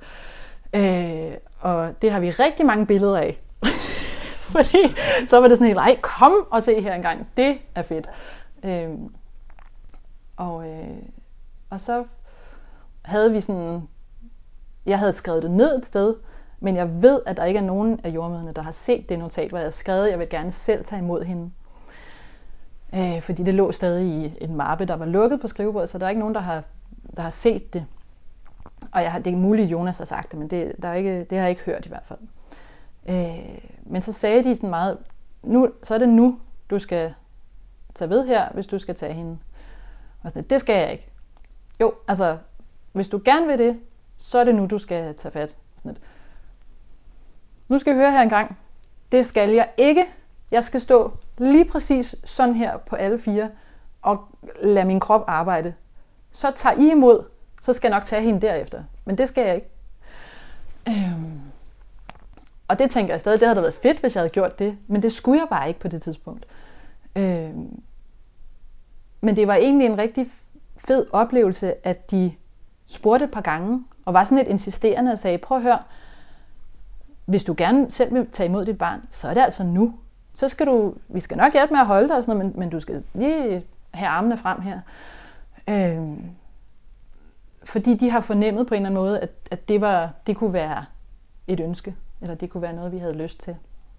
Og det har vi rigtig mange billeder af. Fordi så var det sådan helt, ej, kom og se her engang. Det er fedt. Og så havde vi sådan, jeg havde skrevet det ned et sted, men jeg ved, at der ikke er nogen af jordmødrene, der har set det notat, hvor jeg havde skrevet, jeg vil gerne selv tage imod hende. Fordi det lå stadig i en mappe, der var lukket på skrivebordet, så der er ikke nogen, der har set det. Og det er muligt, Jonas har sagt det, men det har jeg ikke hørt i hvert fald. Men så sagde de sådan meget, så er det nu, du skal tage ved her, hvis du skal tage hende. Og sådan, det skal jeg ikke. Jo, altså, hvis du gerne vil det, så er det nu, du skal tage fat. Sådan, nu skal I høre her engang. Det skal jeg ikke. Jeg skal stå lige præcis sådan her på alle fire, og lade min krop arbejde. Så tager I imod, så skal jeg nok tage hende derefter. Men det skal jeg ikke. Og det tænker jeg stadig, det havde da været fedt, hvis jeg havde gjort det. Men det skulle jeg bare ikke på det tidspunkt. Men det var egentlig en rigtig fed oplevelse, at de spurgte et par gange, og var sådan lidt insisterende og sagde, prøv at høre, hvis du gerne selv vil tage imod dit barn, så er det altså nu. Så skal vi skal nok hjælpe med at holde dig, og sådan noget, men du skal lige have armene frem her. Fordi de har fornemmet på en eller anden måde, at det kunne være et ønske, eller det kunne være noget, vi havde lyst til.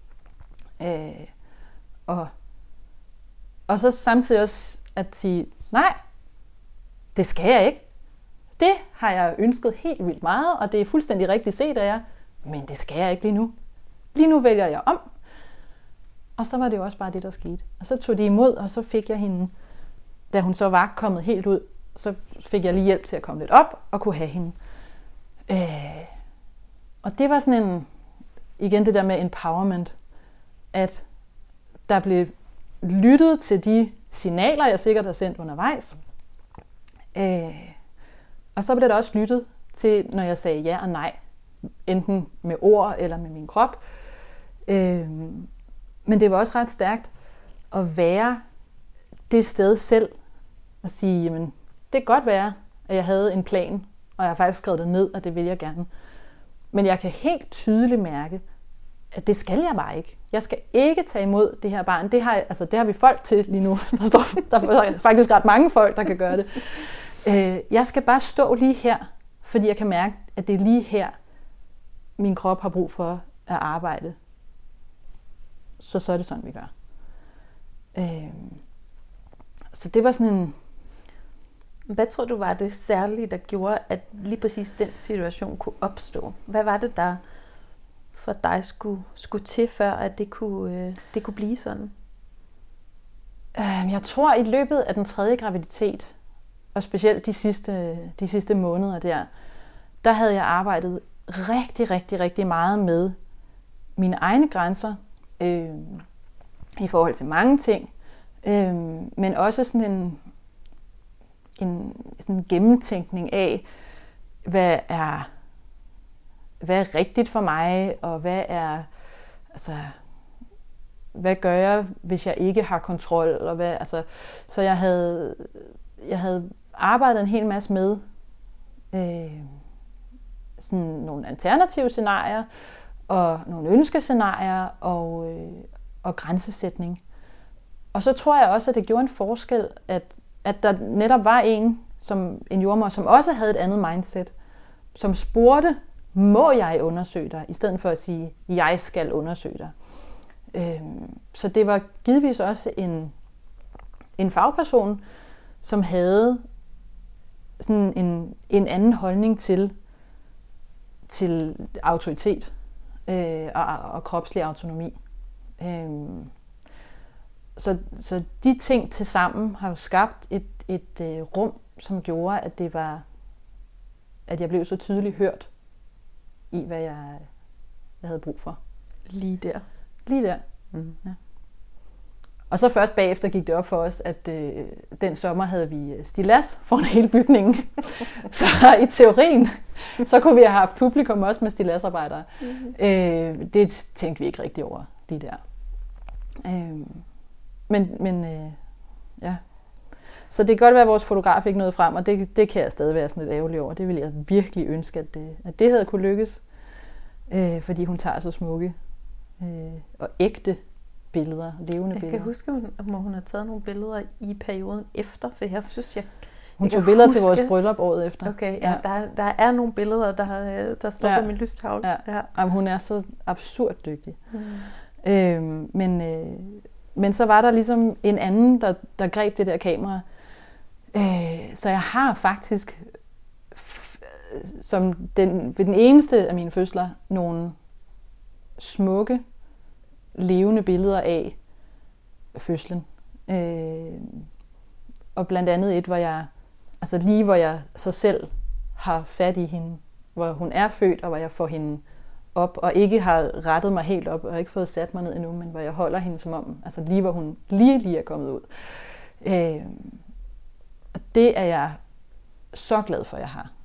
Og så samtidig også at sige, nej, det skal jeg ikke. Det har jeg ønsket helt vildt meget, og det er fuldstændig rigtigt set af jer, men det skal jeg ikke lige nu. Lige nu vælger jeg om. Og så var det jo også bare det, der skete. Og så tog de imod, og så fik jeg hende, da hun så var kommet helt ud, så fik jeg lige hjælp til at komme lidt op og kunne have hende. Og det var sådan igen det der med empowerment, at der blev lyttet til de signaler, jeg sikkert har sendt undervejs. Og så blev der også lyttet til, når jeg sagde ja og nej, enten med ord eller med min krop. Men det var også ret stærkt at være det sted selv og sige, jamen, det kan godt være, at jeg havde en plan, og jeg har faktisk skrevet det ned, og det vil jeg gerne. Men jeg kan helt tydeligt mærke, at det skal jeg bare ikke. Jeg skal ikke tage imod det her barn. Det har vi folk til lige nu. Der er faktisk ret mange folk, der kan gøre det. Jeg skal bare stå lige her, fordi jeg kan mærke, at det er lige her, min krop har brug for at arbejde. Så er det sådan, vi gør. Så det var sådan en... Hvad tror du var det særlige, der gjorde, at lige præcis den situation kunne opstå? Hvad var det, der for dig skulle til, før at det kunne blive sådan? Jeg tror, i løbet af den 3. graviditet, og specielt de sidste måneder der havde jeg arbejdet rigtig, rigtig, rigtig meget med mine egne grænser, i forhold til mange ting, men også sådan en gennemtænkning af, hvad er rigtigt for mig, og hvad gør jeg, hvis jeg ikke har kontrol, og så jeg havde arbejdet en hel masse med sådan nogle alternative scenarier, og nogle ønskescenarier, og grænsesætning. Og så tror jeg også, at det gjorde en forskel, at der netop var en jordemoder, som også havde et andet mindset, som spurgte, må jeg undersøge dig, i stedet for at sige, jeg skal undersøge dig. Så det var givetvis også en fagperson, som havde sådan en anden holdning til autoritet og kropslig autonomi. Så de ting til sammen har jo skabt et rum, som gjorde, at jeg blev så tydeligt hørt i, hvad jeg havde brug for. Lige der. Lige der. Mm. Ja. Og så først bagefter gik det op for os, at den sommer havde vi stillads foran hele bygningen. Så i teorien, så kunne vi have haft publikum også med stilladsarbejdere. Mm-hmm. Det tænkte vi ikke rigtig over lige der. Men ja. Så det kan godt være, at vores fotograf ikke nåede frem, og det kan jeg stadig være sådan lidt ærgerlig over. Det ville jeg virkelig ønske, at det havde kunne lykkes. Fordi hun tager så smukke og ægte billeder, levende billeder. Jeg kan huske, at hun har taget nogle billeder i perioden efter, for jeg synes, hun tog billeder til vores bryllup året efter. Okay, ja. Der er nogle billeder, der står på min lystavle. Ja. Ja. Jamen, hun er så absurd dygtig. Men så var der ligesom en anden, der greb det der kamera. Så jeg har faktisk ved den eneste af mine fødsler nogle smukke, levende billeder af fødslen. Og blandt andet et, hvor jeg så selv har fat i hende, hvor hun er født, og hvor jeg får hende op, og ikke har rettet mig helt op, og ikke fået sat mig ned endnu, men hvor jeg holder hende som om, altså lige hvor hun lige er kommet ud. Og det er jeg så glad for, jeg har.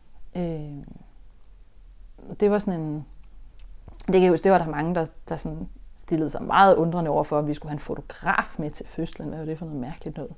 Det var sådan en... Det kan jeg huske, det var der mange, der sådan stillede sig meget undrende over for, at vi skulle have en fotograf med til fødslen. Hvad var det for noget mærkeligt noget?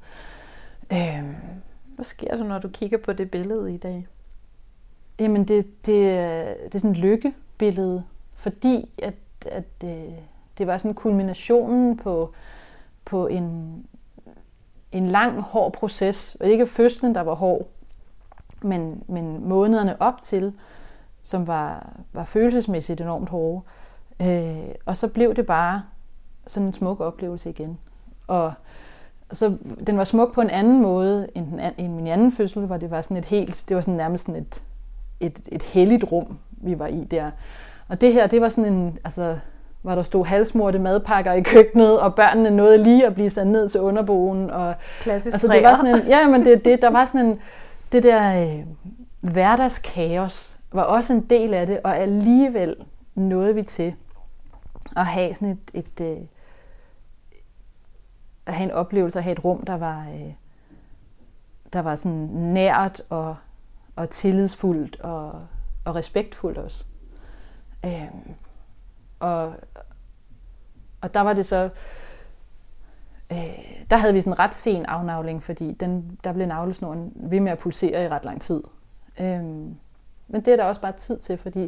Hvad sker der, når du kigger på det billede i dag? Jamen, det er sådan et lykkebillede, fordi at det var sådan kulminationen på en lang, hård proces. Og ikke fødslen, der var hård, men månederne op til, som var følelsesmæssigt enormt hårde. Og så blev det bare sådan en smuk oplevelse igen. Og så den var smuk på en anden måde end min anden fødsel, hvor det var sådan det var sådan nærmest sådan et helligt rum, vi var i der. Og det her, det var sådan en, altså, hvor der stod halvsmurte madpakker i køkkenet, og børnene nåede lige at blive sat ned til underboen. Og, klassisk altså, det var sådan en, ja, men der var sådan en, det der hverdagskaos var også en del af det, og alligevel nåede vi til at have sådan at have en oplevelse, at have et rum, der var sådan nært og tillidsfuldt og respektfuldt også. Og der var det så, der havde vi sådan en ret sen afnavling, fordi der blev navlesnoren ved med at pulsere i ret lang tid. Men det er der også bare tid til, fordi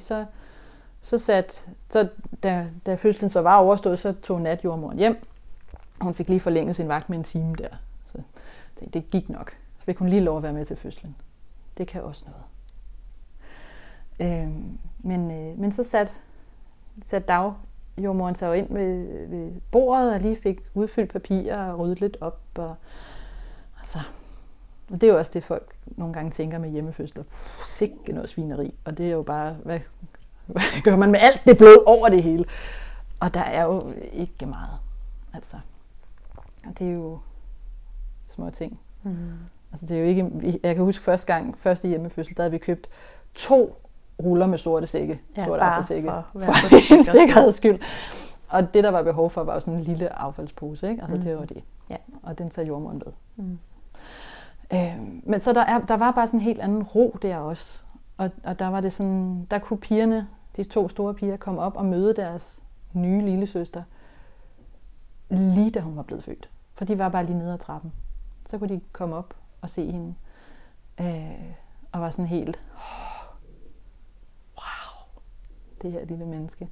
da fødslen så var overstået, så tog natjordmoren hjem. Hun fik lige forlænget sin vagt med en time der. Så det gik nok. Så fik hun lige lov at være med til fødslen. Det kan også noget. Men så satte dagjordmoren sig jo ind ved bordet og lige fik udfyldt papirer og ryddet lidt op. Og det er jo også det, folk nogle gange tænker med hjemmefødsler. Sikke noget svineri. Og det er jo bare, hvad gør man med alt det blod over det hele? Og der er jo ikke meget. Altså, det er jo små ting. Altså, det er jo ikke... Jeg kan huske første hjemmefødsel, der havde vi købt 2 ruller med sorte sække. Ja, sorte bare affaldssække. for en sikkerheds skyld. Og det, der var behov for, var jo sådan en lille affaldspose, ikke? Altså, det var det. Ja. Og den tager jordmoren med. Men så der var bare sådan en helt anden ro der også. Og der var det sådan... Der kunne pigerne, de 2 store piger, komme op og møde deres nye lillesøster, lige da hun var blevet født. For de var bare lige nede ad trappen. Så kunne de komme op og se hende. Og var sådan helt... wow, det her lille menneske.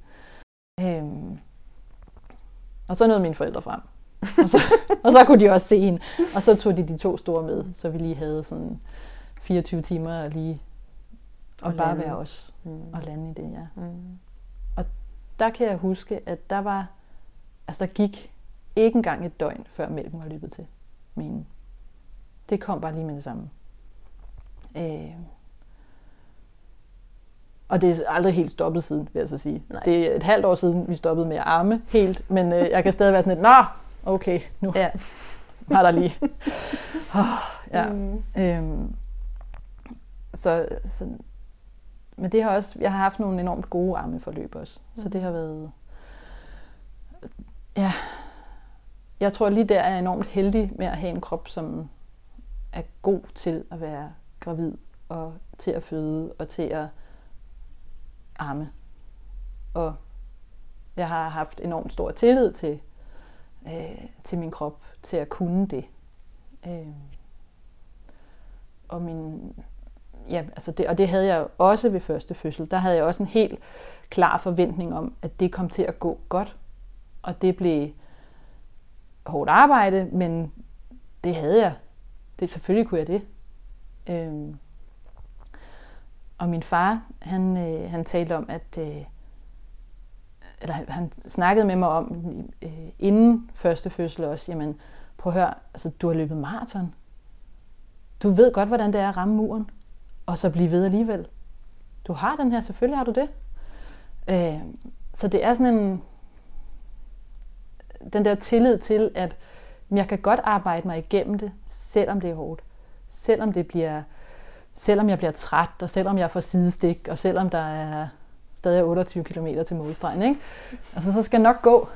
Og så nåede mine forældre frem. Og så kunne de også se hende. Og så tog de 2 store med, så vi lige havde sådan 24 timer og lige... Og bare være os og lande i det, ja. Og der kan jeg huske, at der gik ikke engang et døgn, før mælken var løbet til med hende. Det kom bare lige med det samme. Og det er aldrig helt stoppet siden, vil jeg så sige. Nej. Det er et halvt år siden, vi stoppede med at arme helt, men jeg kan stadig være sådan lidt, nå, okay, nu har der lige. Men det har også, jeg har haft nogle enormt gode armeforløb også. Så det har været, ja, jeg tror lige der er jeg enormt heldig med at have en krop, som er god til at være gravid, og til at føde, og til at amme. Og jeg har haft enormt stor tillid til min krop, til at kunne det. og min... Ja, altså det havde jeg også ved første fødsel. Der havde jeg også en helt klar forventning om, at det kom til at gå godt. Og det blev hårdt arbejde, men det havde jeg. Selvfølgelig kunne jeg det. Og min far, han talte om, at... Eller han snakkede med mig om, inden første fødsel også, jamen, prøv at høre, altså, du har løbet maraton. Du ved godt, hvordan det er at ramme muren, og så blive ved alligevel. Du har den her, selvfølgelig har du det. Så det er sådan den der tillid til, at jeg kan godt arbejde mig igennem det, selvom det er hårdt. Selvom jeg bliver træt, og selvom jeg får sidestik, og selvom der er stadig 28 km til målstregen, ikke? Altså, så skal det nok gå.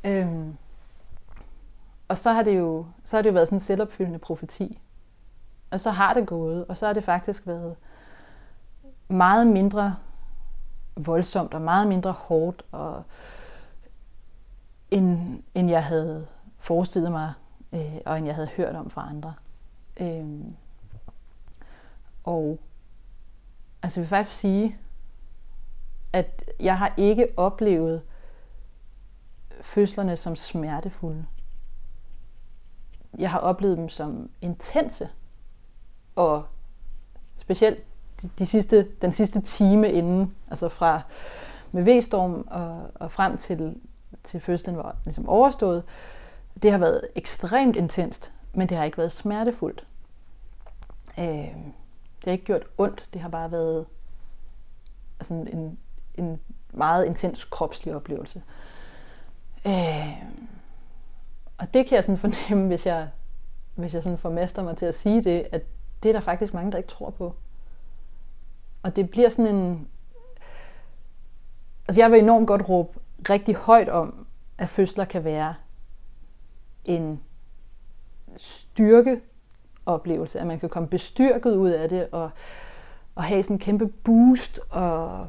Og så har det jo været sådan en selvopfyldende profeti. Og så har det gået, og så har det faktisk været meget mindre voldsomt, og meget mindre hårdt, end jeg havde forestillet mig, og end jeg havde hørt om fra andre. Og altså, jeg vil faktisk sige, at jeg har ikke oplevet fødslerne som smertefulde. Jeg har oplevet dem som intense, og specielt den sidste time inden, altså fra med V-storm og frem til fødslen var ligesom overstået. Det har været ekstremt intenst, men det har ikke været smertefuldt. Det har ikke gjort ondt, det har bare været altså en meget intens kropslig oplevelse. Og det kan jeg sådan fornemme, hvis jeg sådan formester mig til at sige det, at det er der faktisk mange, der ikke tror på. Og det bliver sådan en... Altså jeg vil enormt godt råbe rigtig højt om, at fødsler kan være en styrkeoplevelse, at man kan komme bestyrket ud af det, og have sådan en kæmpe boost, og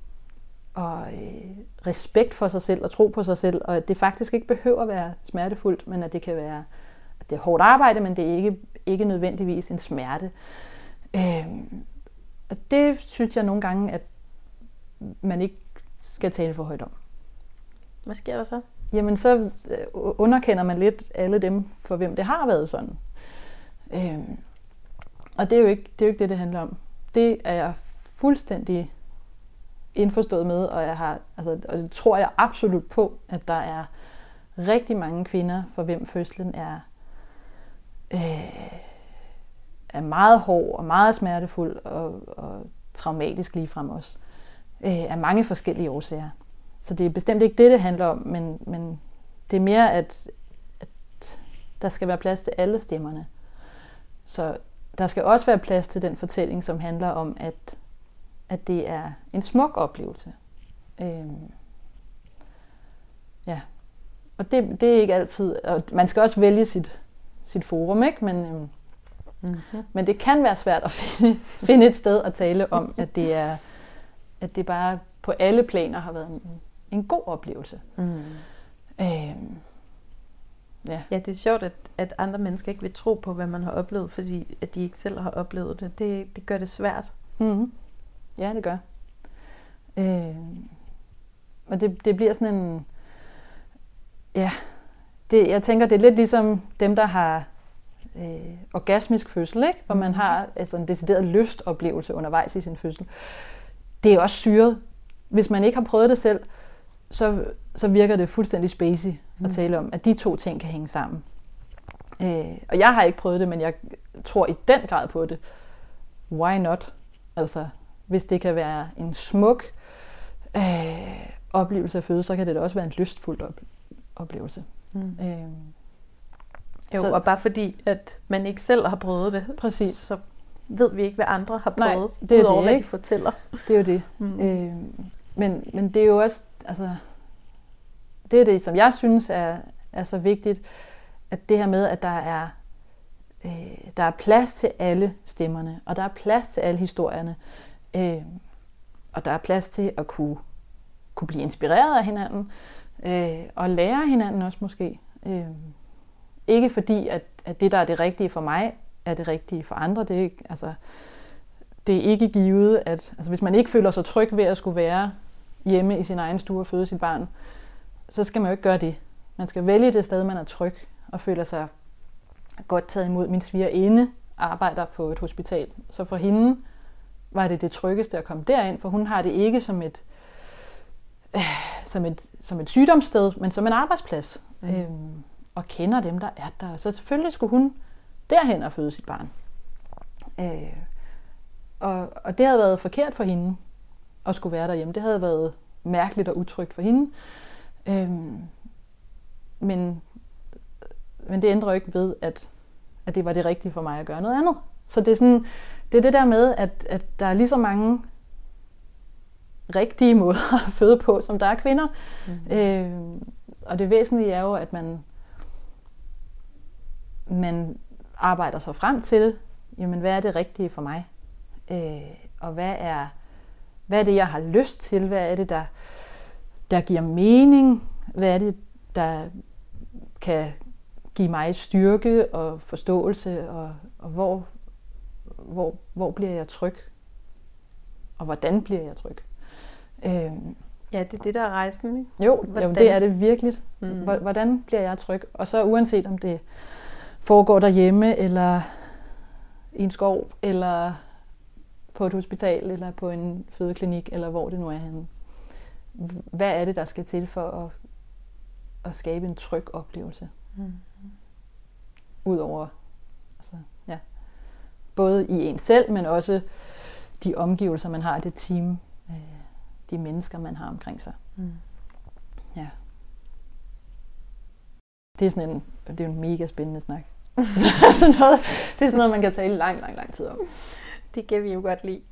respekt for sig selv, og tro på sig selv, og at det faktisk ikke behøver at være smertefuldt, men at det kan være, at det er hårdt arbejde, men det er ikke nødvendigvis en smerte. Og det synes jeg nogle gange, at man ikke skal tale for højt om. Hvad sker der så? Jamen så underkender man lidt alle dem, for hvem det har været sådan. Og det er jo ikke det handler om. Det er jeg fuldstændig indforstået med, og og det tror jeg absolut på, at der er rigtig mange kvinder, for hvem fødslen er meget hård og meget smertefuld og traumatisk ligefrem også. Af mange forskellige årsager. Så det er bestemt ikke det handler om, men det er mere, at der skal være plads til alle stemmerne. Så der skal også være plads til den fortælling, som handler om, at det er en smuk oplevelse. Ja. Og det er ikke altid... Og man skal også vælge sit forum, ikke? Men det kan være svært at finde et sted at tale om, at det bare på alle planer har været en god oplevelse. Ja, det er sjovt, at andre mennesker ikke vil tro på, hvad man har oplevet, fordi at de ikke selv har oplevet det. Det gør det svært. Mm-hmm. Ja, det gør. Og det bliver sådan en... Ja, jeg tænker, det er lidt ligesom dem, der har orgasmisk fødsel, ikke? Hvor man har altså en decideret lystoplevelse undervejs i sin fødsel. Det er også syret. Hvis man ikke har prøvet det selv, så virker det fuldstændig spacey at tale om, at de to ting kan hænge sammen. Og jeg har ikke prøvet det, men jeg tror i den grad på det. Why not? Altså, hvis det kan være en smuk oplevelse af fødsel, så kan det da også være en lystfuld oplevelse. Og bare fordi, at man ikke selv har prøvet det, præcis. Så ved vi ikke, hvad andre har prøvet, udover hvad de fortæller. Det er jo det. Men det er jo også, altså, det er det, som jeg synes er så vigtigt, at det her med, at der er plads til alle stemmerne, og der er plads til alle historierne, og der er plads til at kunne blive inspireret af hinanden, og lære hinanden også måske. Ikke fordi, at det, der er det rigtige for mig, er det rigtige for andre. Det er ikke givet, at hvis man ikke føler sig tryg ved at skulle være hjemme i sin egen stue og føde sit barn, så skal man jo ikke gøre det. Man skal vælge det sted, man er tryg og føler sig godt taget imod. Min svigerinde arbejder på et hospital, så for hende var det tryggeste at komme derind, for hun har det ikke som et sygdomssted, men som en arbejdsplads. Og kender dem, der er der. Så selvfølgelig skulle hun derhen og føde sit barn. Og det havde været forkert for hende at skulle være derhjemme. Det havde været mærkeligt og utrygt for hende. Men det ændrer jo ikke ved, at det var det rigtige for mig at gøre noget andet. Så det er det der med, at der er lige så mange rigtige måder at føde på, som der er kvinder. Og det væsentlige er jo, at man arbejder sig frem til, jamen, hvad er det rigtige for mig? Og hvad er det, jeg har lyst til? Hvad er det, der giver mening? Hvad er det, der kan give mig styrke og forståelse? Og hvor bliver jeg tryg? Og hvordan bliver jeg tryg? Ja, det er det, der er rejsen, ikke? Jo, det er det virkelig. Hvordan bliver jeg tryg? Og så uanset om det foregår derhjemme, eller i en skov, eller på et hospital, eller på en fødeklinik, eller hvor det nu er henne. Hvad er det, der skal til for at skabe en tryg oplevelse? Udover, både i en selv, men også de omgivelser, man har, det team, de mennesker, man har omkring sig. Ja. Det er jo en mega spændende snak. Det er sådan noget, man kan tale lang tid om. Det kan vi jo godt lide.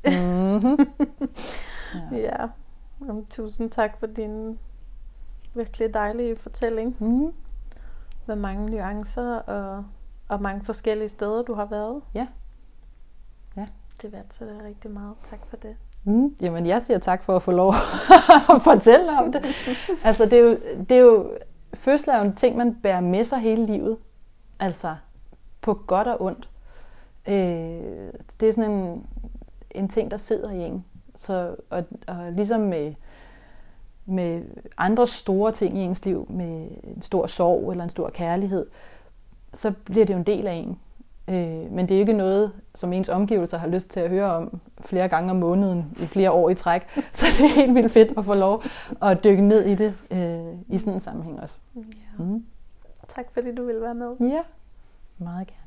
Ja. Tusind tak for din virkelig dejlige fortælling. Med mange nuancer og mange forskellige steder, du har været. Ja. Det værdsætter jeg rigtig meget. Tak for det. Jamen, jeg siger tak for at få lov at fortælle om det. Altså, det er jo fødsel er jo en ting, man bærer med sig hele livet. Altså, på godt og ondt. Det er sådan en ting, der sidder i en. Så, og ligesom med andre store ting i ens liv, med en stor sorg eller en stor kærlighed, så bliver det jo en del af en. Men det er ikke noget, som ens omgivelser har lyst til at høre om flere gange om måneden i flere år i træk. Så det er helt vildt fedt at få lov at dykke ned i det i sådan en sammenhæng også. Ja. Tak fordi du ville være med. Ja, meget gerne.